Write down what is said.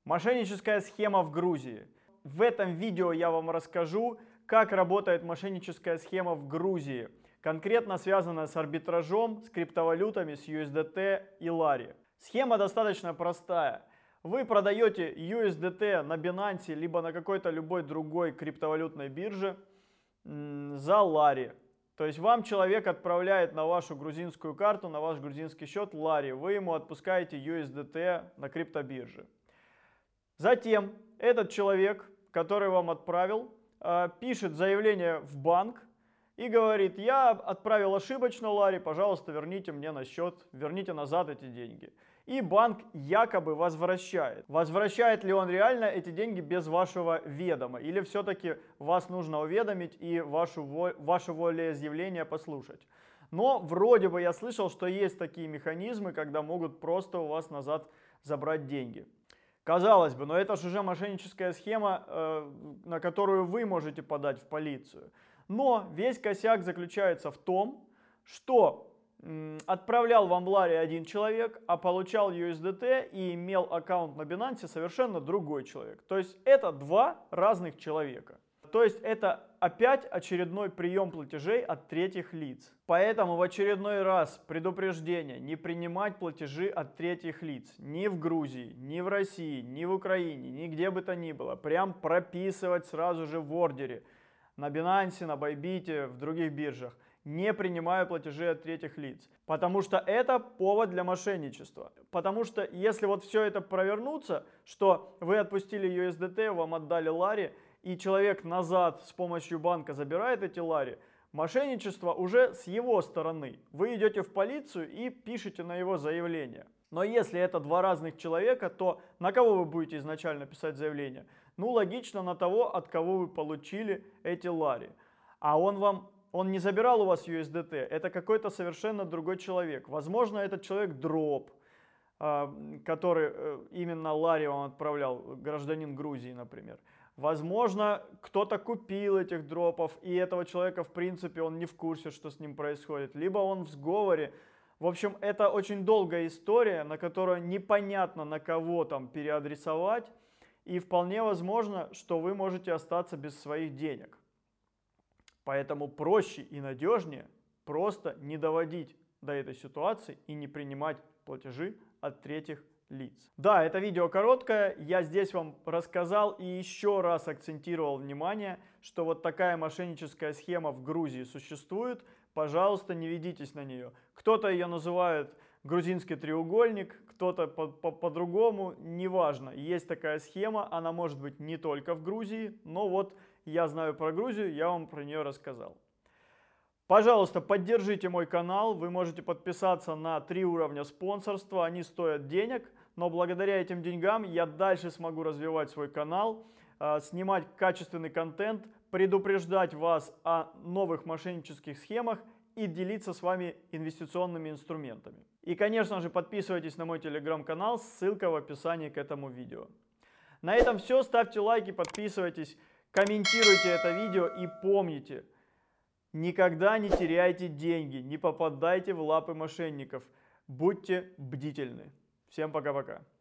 Мошенническая схема в Грузии. В этом видео я вам расскажу, как работает мошенническая схема в Грузии, конкретно связанная с арбитражом, с криптовалютами, с USDT и Lari. Схема достаточно простая. Вы продаете USDT на Binance либо на какой-то любой другой криптовалютной бирже за Lari. То есть вам человек отправляет на вашу грузинскую карту, на ваш грузинский счет Lari. Вы ему отпускаете USDT на криптобирже. Затем этот человек, который вам отправил, пишет заявление в банк и говорит: я отправил ошибочно Lari, пожалуйста, верните мне на счет, верните назад эти деньги. И банк якобы возвращает. Возвращает ли он реально эти деньги без вашего ведома? Или все-таки вас нужно уведомить и ваше волеизъявление послушать? Но вроде бы я слышал, что есть такие механизмы, когда могут просто у вас назад забрать деньги. Казалось бы, но это же уже мошенническая схема, на которую вы можете подать в полицию. Но весь косяк заключается в том, что отправлял вам Lari один человек, а получал USDT и имел аккаунт на Binance совершенно другой человек. То есть это два разных человека. То есть это опять очередной прием платежей от третьих лиц. Поэтому в очередной раз предупреждение: не принимать платежи от третьих лиц. Ни в Грузии, ни в России, ни в Украине, нигде бы то ни было. Прям прописывать сразу же в ордере. На Binance, на Bybit, в других биржах. Не принимаю платежи от третьих лиц. Потому что это повод для мошенничества. Потому что если вот все это провернуться, что вы отпустили USDT, вам отдали Lari, и человек назад с помощью банка забирает эти Lari, мошенничество уже с его стороны. Вы идете в полицию и пишете на его заявление. Но если это два разных человека, то на кого вы будете изначально писать заявление? Ну, логично, на того, от кого вы получили эти Lari. А он не забирал у вас USDT, это какой-то совершенно другой человек. Возможно, этот человек дроп, который именно Lari вам отправлял, гражданин Грузии, например. Возможно, кто-то купил этих дропов, и этого человека, в принципе, он не в курсе, что с ним происходит. Либо он в сговоре. В общем, это очень долгая история, на которую непонятно, на кого там переадресовать. И вполне возможно, что вы можете остаться без своих денег. Поэтому проще и надежнее просто не доводить до этой ситуации и не принимать платежи от третьих лиц. Да, это видео короткое, я здесь вам рассказал и еще раз акцентировал внимание, что вот такая мошенническая схема в Грузии существует. Пожалуйста, не ведитесь на нее. Кто-то ее называет грузинский треугольник, кто-то по-другому, неважно. Есть такая схема, она может быть не только в Грузии, но вот я знаю про Грузию, я вам про нее рассказал. Пожалуйста, поддержите мой канал, вы можете подписаться на 3 уровня спонсорства, они стоят денег, но благодаря этим деньгам я дальше смогу развивать свой канал, снимать качественный контент, предупреждать вас о новых мошеннических схемах и делиться с вами инвестиционными инструментами. И, конечно же, подписывайтесь на мой телеграм-канал, ссылка в описании к этому видео. На этом все, ставьте лайки, подписывайтесь, комментируйте это видео и помните: никогда не теряйте деньги, не попадайте в лапы мошенников, будьте бдительны. Всем пока-пока.